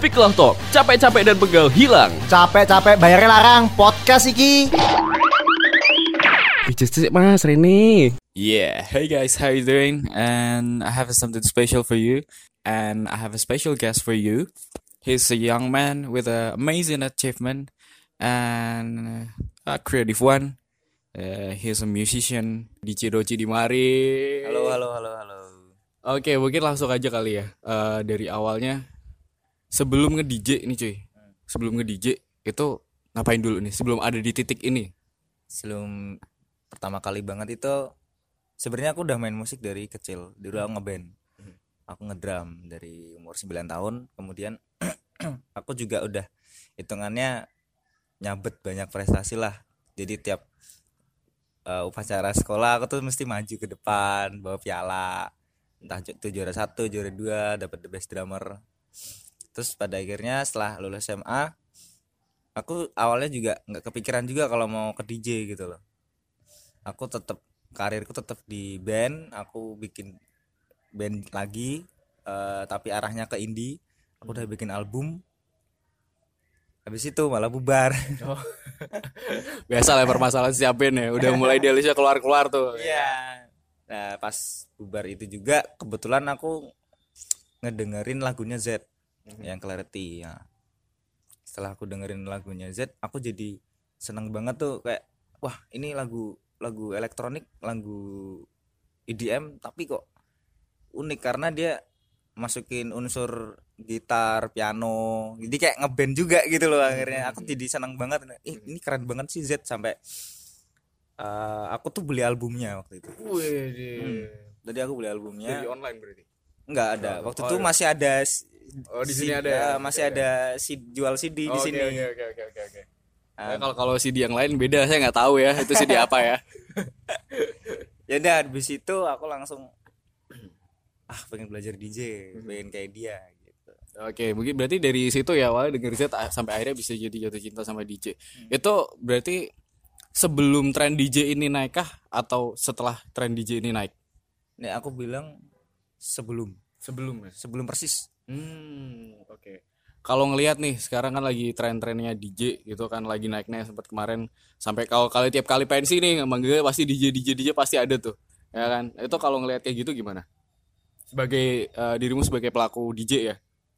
Weeklah Talk, capek-capek dan pegal hilang. Capek-capek bayarnya larang, podcast iki. Just Mas Rene. Yeah, hey guys, how you doing? And I have something special for you. And I have a special guest for you. He's a young man with an amazing achievement and a creative one. He's a musician. DJ Doci Dimari. Halo. Oke, mungkin langsung aja kali ya. Dari awalnya, sebelum nge-DJ nih cuy. Sebelum nge-DJ itu ngapain dulu nih? Sebelum ada di titik ini. Sebelum pertama kali banget itu sebenarnya aku udah main musik dari kecil. Dulu aku ngeband. Aku ngedrum dari umur 9 tahun. Kemudian aku juga udah hitungannya nyabet banyak prestasi lah. Jadi tiap upacara sekolah aku tuh mesti maju ke depan, bawa piala. Entah itu juara 1, juara 2, dapat the best drummer. Terus pada akhirnya setelah lulus SMA, aku awalnya juga nggak kepikiran juga kalau mau ke DJ gitu loh. Aku tetap karirku tetap di band, aku bikin band lagi, tapi arahnya ke indie. Aku udah bikin album. Habis itu malah bubar. Biasa lah permasalahan siapin ya. Udah mulai idealisnya keluar-keluar tuh. Iya. Nah pas bubar itu juga kebetulan aku ngedengerin lagunya Z yang Clarity ya. Setelah aku dengerin lagunya Z, aku jadi seneng banget tuh, kayak wah ini lagu elektronik, lagu EDM tapi kok unik karena dia masukin unsur gitar, piano, jadi kayak ngeband juga gitu loh. Akhirnya aku jadi seneng banget. Ini keren banget sih Z, sampai aku tuh beli albumnya waktu itu. Jadi aku beli albumnya. Dari online berarti? Enggak ada. Waktu itu masih ada. Di sini ada. Ya? Masih ada jual CD di sini. Oke. Kalau CD yang lain beda, saya nggak tahu ya itu CD apa ya. Ya udah, habis itu aku langsung pengen belajar DJ, pengen kayak dia gitu. Oke, mungkin berarti dari situ ya awalnya denger Z sampai akhirnya bisa jadi jatuh cinta sama DJ. Itu berarti sebelum tren DJ ini naik kah atau setelah tren DJ ini naik? Nih aku bilang sebelum persis. Oke. Kalau ngelihat nih sekarang kan lagi tren-trennya DJ gitu kan, lagi naiknya sempat kemarin sampai kalau tiap kali pensi nih manggil pasti DJ pasti ada tuh. Ya kan? Itu kalau ngelihat kayak gitu gimana? Sebagai dirimu sebagai pelaku DJ ya?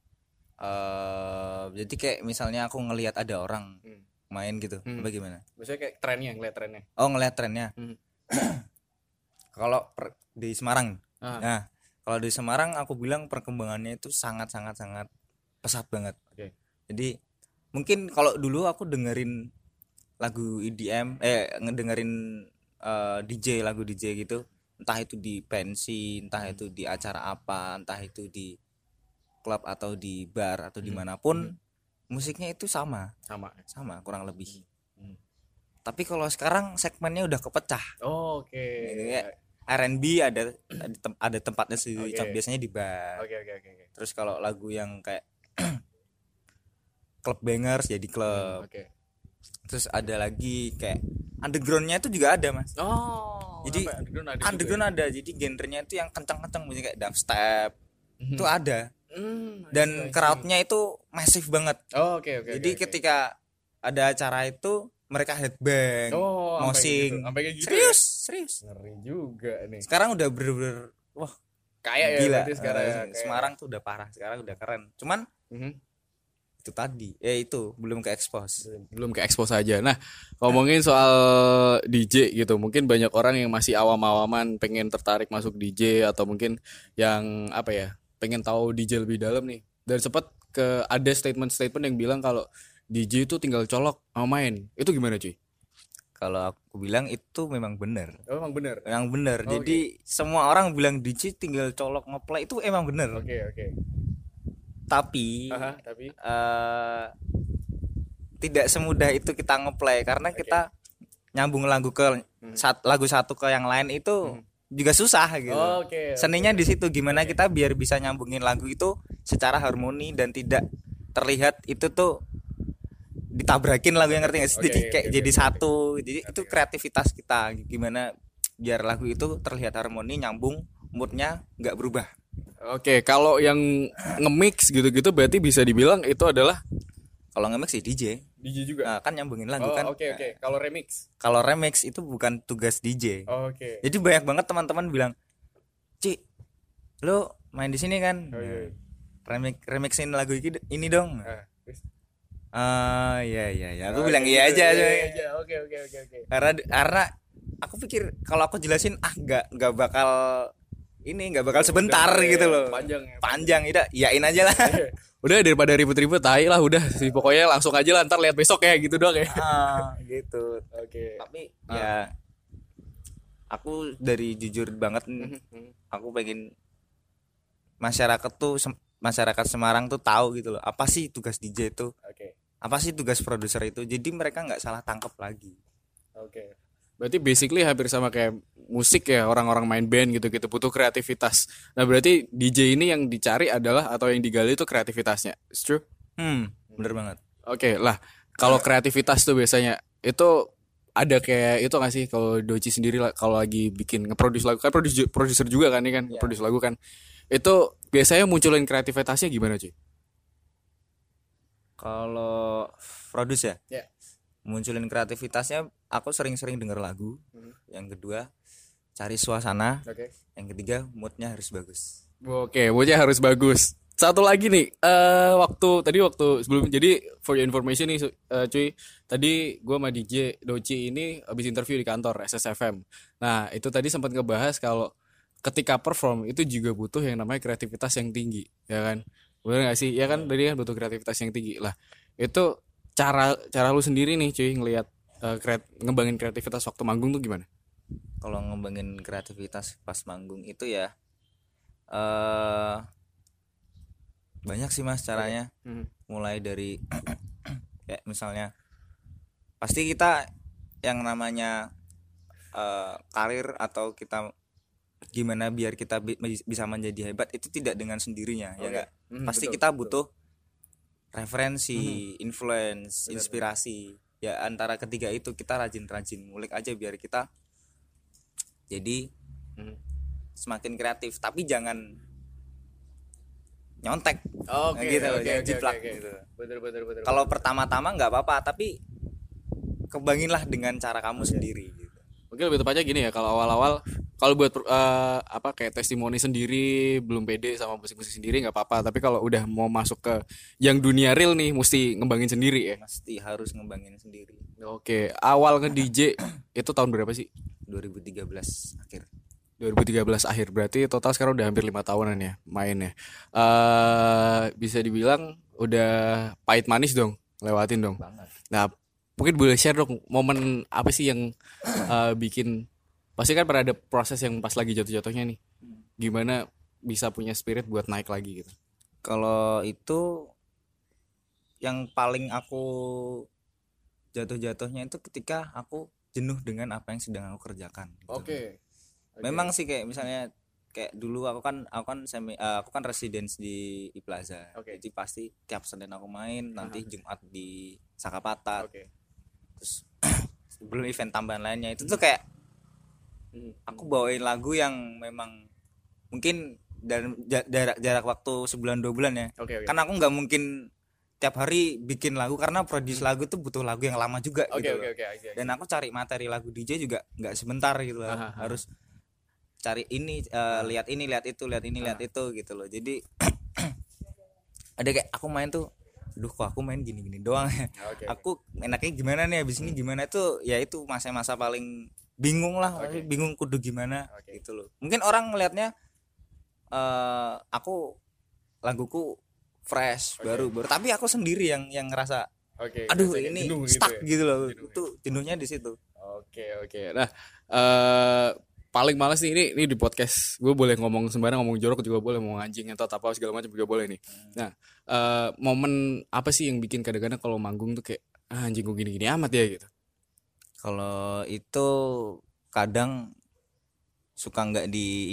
Jadi kayak misalnya aku ngelihat ada orang main gitu, bagaimana? Maksudnya kayak ngeliat trennya. Oh, ngelihat trennya. Kalau di Semarang. Nah, kalau di Semarang aku bilang perkembangannya itu sangat pesat banget. Oke. Jadi mungkin kalau dulu aku dengerin lagu EDM, ngedengerin lagu DJ gitu, entah itu di pensi, entah itu di acara apa, entah itu di klub atau di bar atau dimanapun, musiknya itu sama kurang lebih. Tapi kalau sekarang segmennya udah kepecah. Oke. Kayak R&B ada tempatnya sih, biasanya di bar. Oke. Terus kalau lagu yang kayak club bangers jadi klub. Oke. Terus ada lagi kayak undergroundnya itu juga ada, Mas. Oh. Jadi underground ada. Jadi genrenya itu yang kencang-kencang, misalnya kayak dubstep. Itu ada. Dan crowdnya itu masif banget. Oh, oke. Jadi ketika ada acara itu mereka headbang, mosing. Sampai kayak gitu. Serius. Ngeri juga nih. Sekarang udah bener-bener wah, Kayak ya gila. berarti sekarang ya. Semarang tuh udah parah, sekarang udah keren. Cuman itu tadi, itu belum ke expose aja. Nah, ngomongin soal DJ gitu, mungkin banyak orang yang masih awam-awaman pengen tertarik masuk DJ atau mungkin yang pengen tahu DJ lebih dalam nih. Dan sempat ada statement yang bilang kalau DJ itu tinggal colok sama main. Itu gimana cuy? Kalau aku bilang itu memang benar. Oh, memang benar. Memang benar. Jadi semua orang bilang DJ tinggal colok ngeplay, itu emang benar. Oke. Tapi tidak semudah itu kita ngeplay karena kita nyambung lagu lagu satu ke yang lain itu juga susah gitu. Seninya di situ, gimana kita biar bisa nyambungin lagu itu secara harmoni dan tidak terlihat itu tuh ditabrakin lagu yang, ngerti nggak sih? Jadi kayak jadi satu. Jadi itu kreativitas kita, gimana biar lagu itu terlihat harmoni, nyambung, moodnya nggak berubah. Oke, kalau yang nge-mix gitu-gitu berarti bisa dibilang itu adalah Kalau nge-mix sih DJ. DJ juga. Nah, kan nyambungin lagu Oh, kan. oke. Kalau remix. Kalau remix itu bukan tugas DJ. Oke. Jadi banyak banget teman-teman bilang, "Ci, lo main di sini kan? Oh, iya. Remixin lagu ini dong." Terus? Iya. Aku bilang iya aja. Iya. Oke. Karena aku pikir kalau aku jelasin nggak bakal sebentar gitu loh. Panjang udah iyain aja lah. Udah daripada ribut-ribut, tai lah udah sih pokoknya langsung aja lah, ntar lihat besok ya gitu doang ya. Gitu. Oke. Tapi ya aku dari jujur banget, aku pengen masyarakat Semarang tuh tahu gitu loh, apa sih tugas DJ itu, Oke. apa sih tugas produser itu, jadi mereka nggak salah tangkap lagi. Oke. Berarti basically hampir sama kayak musik ya, orang-orang main band gitu-gitu butuh kreativitas. Nah, berarti DJ ini yang dicari adalah atau yang digali itu kreativitasnya. It's true? Bener banget. Oke, lah kalau kreativitas tuh biasanya itu ada kayak itu nggak sih kalau Doci sendiri kalau lagi bikin nge-produce lagu kan produser juga kan ini kan produce lagu kan. Itu biasanya munculin kreativitasnya gimana, cuy? Kalau produce ya, Ya. munculin kreativitasnya, aku sering-sering denger lagu. Yang kedua, cari suasana. Oke. Yang ketiga, moodnya harus bagus. Oke, moodnya harus bagus. Satu lagi nih, waktu sebelum, jadi for your information nih, cuy, tadi gue sama DJ Doci ini habis interview di kantor SSFM. Nah, itu tadi sempat ngebahas kalau ketika perform itu juga butuh yang namanya kreativitas yang tinggi, ya kan? Bener gak sih? Ya kan, tadi kan butuh kreativitas yang tinggi lah. Itu cara lu sendiri nih, cuy, ngelihat ngembangin kreativitas waktu manggung tuh gimana? Kalau ngembangin kreativitas pas manggung itu ya banyak sih mas caranya. Mulai dari kayak misalnya pasti kita yang namanya karir atau kita gimana biar kita bisa menjadi hebat itu tidak dengan sendirinya. Ya enggak, pasti betul, kita butuh referensi, influence, inspirasi. Ya antara ketiga itu kita rajin-rajin ngulik aja biar kita jadi semakin kreatif, tapi jangan nyontek. Jiplak gitu. Betul. Kalau pertama-tama nggak apa-apa, tapi kembanginlah dengan cara kamu sendiri gitu. Mungkin lebih tepatnya gini ya, kalau awal-awal kalau buat kayak testimoni sendiri belum pede sama musik-musik sendiri nggak apa-apa, tapi kalau udah mau masuk ke yang dunia real nih mesti ngembangin sendiri ya. Pasti harus ngembangin sendiri. Oke, awal nge-DJ itu tahun berapa sih? 2013 akhir. 2013 akhir, berarti total sekarang udah hampir 5 tahunan ya mainnya. Bisa dibilang udah pahit manis dong, lewatin dong. Banget. Nah, mungkin boleh share dong momen apa sih yang bikin, pasti kan pernah ada proses yang pas lagi jatuh-jatuhnya nih. Gimana bisa punya spirit buat naik lagi gitu? Kalau itu yang paling aku jatuh-jatuhnya itu ketika aku jenuh dengan apa yang sedang aku kerjakan gitu. Oke. Memang sih kayak misalnya kayak dulu aku kan residence di Iplaza. Jadi pasti tiap Senin aku main, nanti Jumat di Sakapata. Terus sebelum event tambahan lainnya itu tuh kayak aku bawain lagu yang memang mungkin dalam jarak waktu sebulan 2 bulan ya. Kan aku nggak mungkin tiap hari bikin lagu karena produce lagu tuh butuh lagu yang lama juga gitu loh. Dan aku cari materi lagu DJ juga nggak sebentar gitu loh. Harus cari ini, lihat itu gitu loh. Jadi ada kayak aku main tuh, duh kok aku main gini-gini doang ya. Aku enaknya gimana nih abis ini gimana tuh, ya itu masa-masa paling bingung lah. Bingung kudu gimana gitu loh. Mungkin orang ngelihatnya aku laguku fresh, baru tapi aku sendiri yang ngerasa aduh ini stuck gitu loh. Itu jenuhnya di situ. Oke. Nah, paling males nih ini di podcast gue boleh ngomong sembarang, ngomong jorok juga boleh, mau anjing atau apa segala macam juga boleh nih. Nah, momen apa sih yang bikin kadang-kadang kalau manggung tuh kayak anjing gue gini-gini amat ya gitu? Kalau itu kadang suka nggak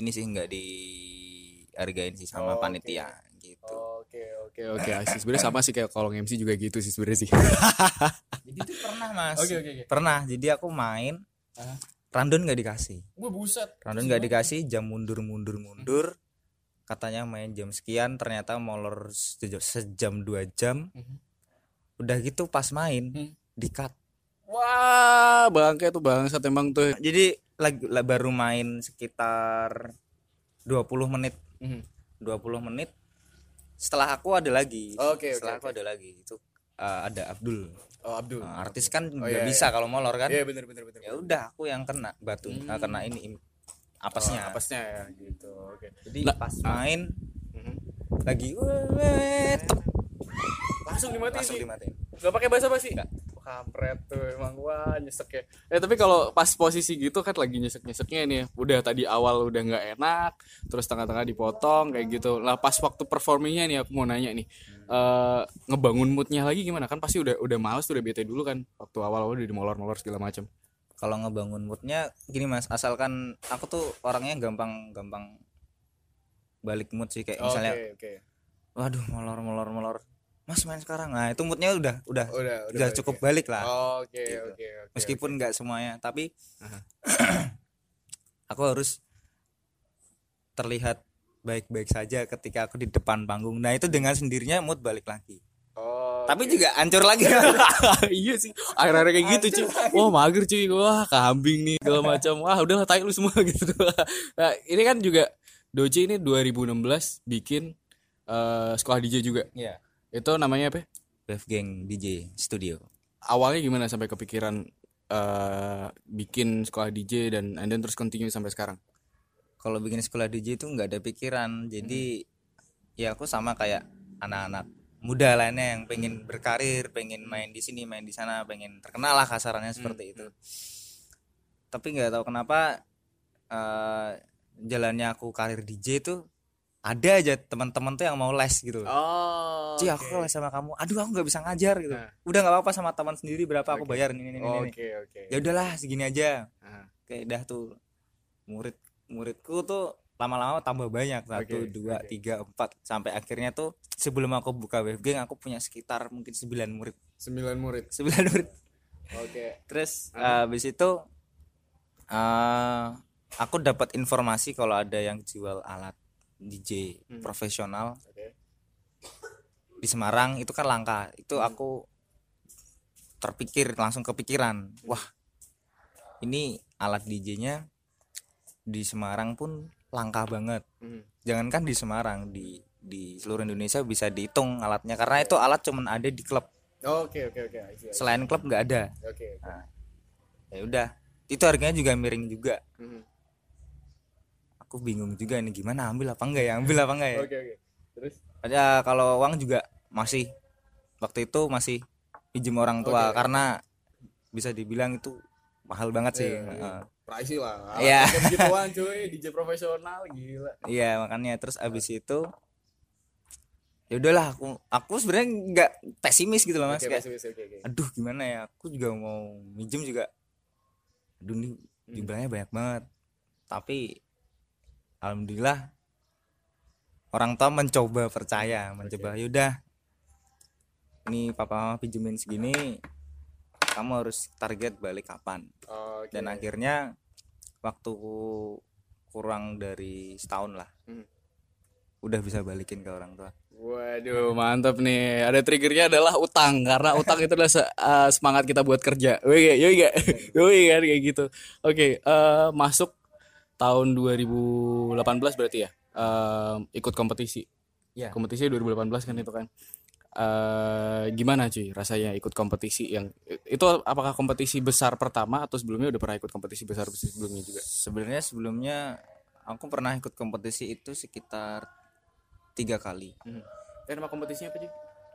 dihargain sih sama panitia gitu. Oke. Sebenarnya sama sih kayak kalau MC juga gitu sih sebenarnya sih. Jadi itu pernah mas. Pernah. Jadi aku main, random nggak dikasih. Gue buset. Random nggak dikasih, jam mundur. katanya main jam sekian, ternyata molor sejam 2 jam. Udah gitu pas main di-cut. Wah, bangke tuh bangsat emang tuh. Jadi baru main sekitar 20 menit. 20 menit setelah aku ada lagi. Setelah aku ada lagi itu ada Abdul. Oh, Abdul. Artis kan nggak bisa kalau molor kan. Iya, bener. Ya udah aku yang kena batu, kena ini apesnya. Apesnya ya gitu. Oke. Jadi pas main lagi wet, Langsung dimatiin. langsung dimatiin. Gak pakai basa-basi. Nggak. Kampret tuh emang, wah nyesek ya. Tapi kalau pas posisi gitu kan lagi nyesek-nyeseknya nih, udah tadi awal udah nggak enak, terus tengah-tengah dipotong kayak gitu. Lah pas waktu performingnya nih aku mau nanya nih, ngebangun moodnya lagi gimana? Kan pasti udah males, udah bete dulu kan waktu awal-awal udah dimolor-molor segala macam. Kalau ngebangun moodnya gini Mas, asalkan aku tuh orangnya gampang balik mood sih, kayak misalnya Oke. waduh molor Mas main sekarang, nah itu moodnya udah cukup balik. balik lah. Oke. Meskipun nggak semuanya, tapi aku harus terlihat baik-baik saja ketika aku di depan panggung. Nah itu dengan sendirinya mood balik lagi. Tapi juga hancur lagi. Iya sih, akhir-akhir kayak gitu cuy. Wah mager cuy, wah kambing nih segala macam. Wah udahlah tai lu semua gitu. Nah, ini kan juga Doci ini 2016 bikin sekolah DJ juga. Iya. Itu namanya apa? Wave Gang DJ Studio. Awalnya gimana sampai kepikiran bikin sekolah DJ dan then terus continue sampai sekarang? Kalau bikin sekolah DJ itu nggak ada pikiran. Jadi ya aku sama kayak anak-anak muda lainnya yang pengen berkarir, pengen main di sini, main di sana, pengen terkenal lah kasarannya seperti itu. Tapi nggak tahu kenapa jalannya aku karir DJ itu ada aja teman-teman tuh yang mau les gitu. Ci aku les sama kamu. Aduh aku nggak bisa ngajar gitu. Udah nggak apa-apa sama teman sendiri, berapa aku bayar ini. Oke. Ya udahlah segini aja. Kayak dah tuh muridku tuh lama-lama tambah banyak, 1, 2, 3, 4 sampai akhirnya tuh sebelum aku buka Wave Gang aku punya sekitar mungkin 9 murid. 9 murid. Oke. Terus habis itu aku dapat informasi kalau ada yang jual alat DJ profesional di Semarang, itu kan langka. Itu aku langsung kepikiran, wah ini alat DJ-nya di Semarang pun langka banget. Jangankan di Semarang, di seluruh Indonesia bisa dihitung alatnya, karena itu alat cuman ada di klub. Oke. Selain klub nggak ada. Oke. Nah, ya udah, itu harganya juga miring juga. Aku bingung juga nih, gimana ambil apa enggak ya. Oke. Terus ada kalau uang juga masih waktu itu masih pinjam orang tua, karena bisa dibilang itu mahal banget sih. pricey lah. Iya. Begituan cuy, DJ profesional gila. Iya, makanya terus abis itu ya udahlah, aku sebenarnya nggak pesimis gitu loh Mas. Kayak, aduh gimana ya, aku juga mau minjem juga, aduh nih jumlahnya banyak banget. Tapi alhamdulillah orang tua mencoba percaya, yaudah ini papa mama pinjemin segini, kamu harus target balik kapan. Dan akhirnya waktu kurang dari setahun lah udah bisa balikin ke orang tua. Waduh, mantap nih. Ada triggernya adalah utang, karena utang itu adalah semangat kita buat kerja. Yoi kan kayak gitu. Oke, masuk tahun 2018 berarti ya. Ikut kompetisi. Ya. Kompetisi 2018 kan itu kan. Gimana cuy rasanya ikut kompetisi yang itu? Apakah kompetisi besar pertama atau sebelumnya udah pernah ikut kompetisi besar sebelumnya juga? Sebenarnya sebelumnya aku pernah ikut kompetisi itu sekitar 3 kali. Nama kompetisinya apa cuy?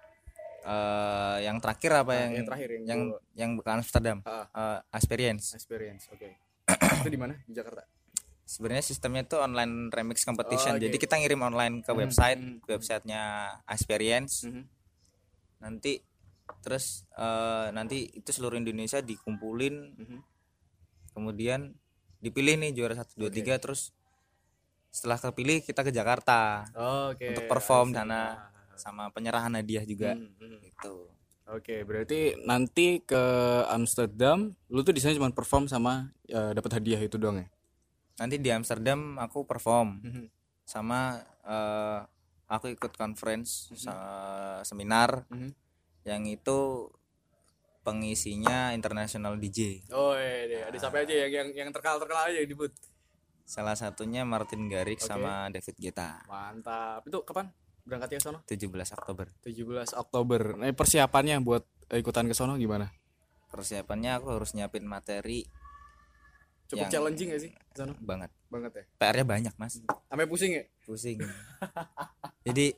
Yang terakhir apa yang terakhir yang bukan Amsterdam. Experience. Oke. Itu di mana? Di Jakarta. Sebenarnya sistemnya itu online remix competition. Jadi kita ngirim online ke websitenya Experience. Nanti terus nanti itu seluruh Indonesia dikumpulin. Kemudian dipilih nih juara 1, 2, 3, terus setelah kepilih kita ke Jakarta untuk perform sana, sama penyerahan hadiah juga gitu. Oke, berarti nanti ke Amsterdam lu tuh di sana cuma perform sama dapat hadiah itu doang ya? Nanti di Amsterdam aku perform sama aku ikut conference seminar yang itu pengisinya international DJ. Oh iya, ada siapa aja yang terkenal aja yang disebut. Salah satunya Martin Garrix sama David Guetta. Mantap. Itu kapan berangkatnya ke sono? 17 Oktober. 17 Oktober. Nah, persiapannya buat ikutan ke sono gimana? Persiapannya aku harus nyiapin materi Cukup challenging gak sih ke sono? banget. Banget ya. PR-nya banyak, Mas. Sampai pusing ya? Pusing. Jadi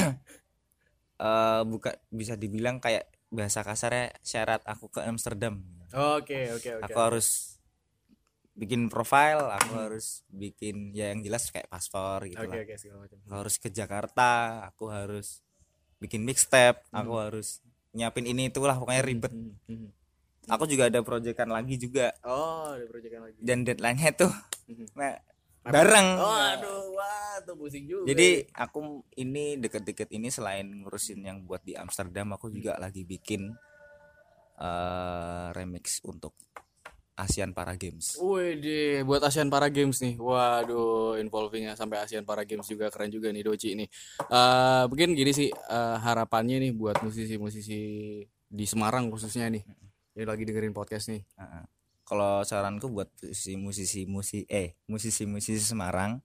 bisa dibilang kayak bahasa kasarnya syarat aku ke Amsterdam. Oke. Aku harus bikin profile, aku harus bikin ya yang jelas kayak paspor gitu lah. Oke, segala macam. Aku harus ke Jakarta, aku harus bikin mixtape, aku harus nyiapin ini itulah pokoknya ribet. Aku juga ada proyekan lagi juga. Oh, ada proyekan lagi. Dan deadline-nya tuh bareng. Oh, aduh, wah, tuh pusing juga. Jadi aku ini deket-deket ini selain ngurusin yang buat di Amsterdam, aku juga lagi bikin remix untuk Asian Para Games. Wih, buat Asian Para Games nih. Waduh, involvingnya sampai Asian Para Games juga keren juga nih Doci ini. Mungkin gini sih harapannya nih buat musisi-musisi di Semarang khususnya nih. Yang lagi dengerin podcast nih. Kalau saranku buat musisi-musisi Semarang,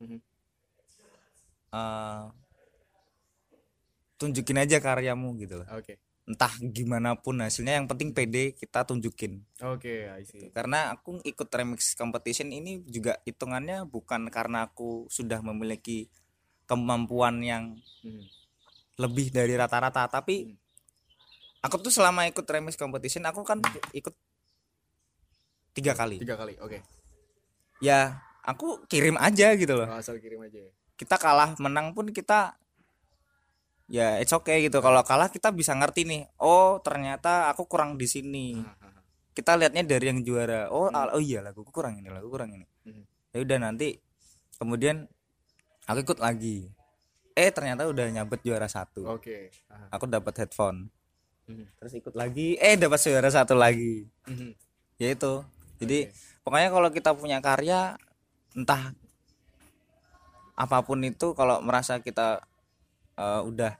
tunjukin aja karyamu gitu loh. Oke. Entah gimana pun hasilnya, yang penting pede kita tunjukin. Oke, I see. Karena aku ikut remix competition ini juga hitungannya bukan karena aku sudah memiliki kemampuan yang lebih dari rata-rata, tapi aku tuh selama ikut remix competition aku kan ikut 3 kali. 3 kali, oke. Ya aku kirim aja gitu loh. Asal kirim aja ya. Kita kalah menang pun kita ya it's okay gitu. Kalau kalah kita bisa ngerti nih, oh ternyata aku kurang di sini. Kita lihatnya dari yang juara. Oh iya laguku kurang ini. Ya udah, nanti kemudian aku ikut lagi. Ternyata udah nyabet juara 1. Oke. Aku dapat headphone. Terus ikut lagi, dapat juara 1 lagi. Ya itu. Jadi pokoknya kalau kita punya karya, entah apapun itu, kalau merasa kita udah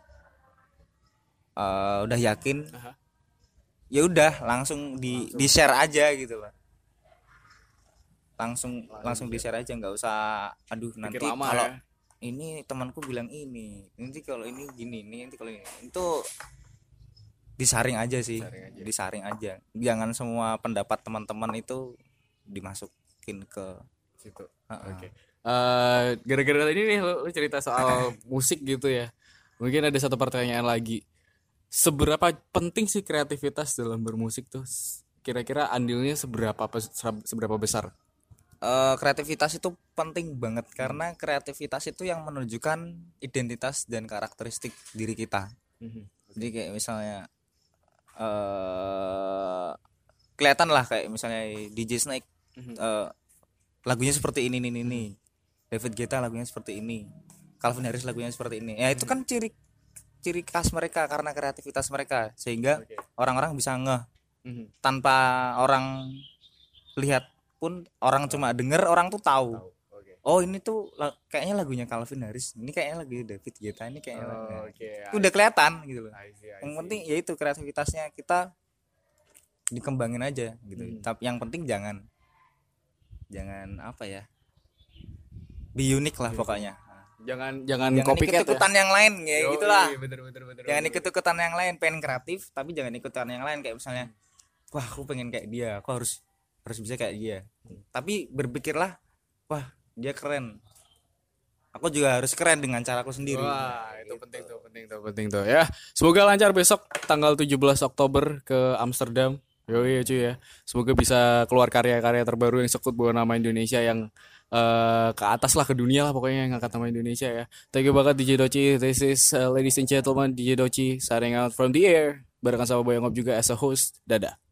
yakin, ya udah langsung di share aja gitu loh. Langsung di share aja, nggak usah aduh nanti kalau ini temanku bilang ini, nanti kalau ini gini, nanti kalau ini itu disaring aja sih. Disaring aja. Jangan semua pendapat teman-teman itu dimasukin ke situ. Oke. Gara-gara ini nih lu cerita soal musik gitu ya. Mungkin ada satu pertanyaan lagi. Seberapa penting sih kreativitas dalam bermusik tuh? Kira-kira andilnya seberapa besar? Kreativitas itu penting banget karena kreativitas itu yang menunjukkan identitas dan karakteristik diri kita. Jadi kayak misalnya kelihatan lah kayak misalnya DJ Snake lagunya seperti ini. David Guetta lagunya seperti ini. Calvin Harris lagunya seperti ini. Ya itu kan ciri khas mereka karena kreativitas mereka, sehingga orang-orang bisa ngeh tanpa orang lihat pun, orang cuma denger, orang tuh tahu. Oh ini tuh kayaknya lagunya Calvin Harris, ini kayaknya lagu David Guetta, ini kayaknya itu udah kelihatan gitu loh. Yang penting ya itu kreativitasnya kita dikembangin aja gitu. Tapi yang penting jangan apa ya, be unik lah pokoknya. Jangan copycat ikut-ikutan yang lain ya gitulah. Bener. Jangan ikut-ikutan yang lain, pengen kreatif tapi jangan ikutan yang lain, kayak misalnya wah aku pengen kayak dia, aku harus bisa kayak dia. Tapi berpikirlah, wah dia keren, aku juga harus keren dengan caraku sendiri. Wah, itu gitu. penting tuh ya. Semoga lancar besok tanggal 17 Oktober ke Amsterdam. Yoi cuy ya. Semoga bisa keluar karya-karya terbaru yang sekut bawa nama Indonesia yang ke atas lah, ke dunia lah pokoknya, yang ngangkat nama Indonesia ya. Thank you banget DJ Doci. This is ladies and gentlemen, DJ Doci signing out from the air barengan sama Boy Ngop juga as a host. Dadah.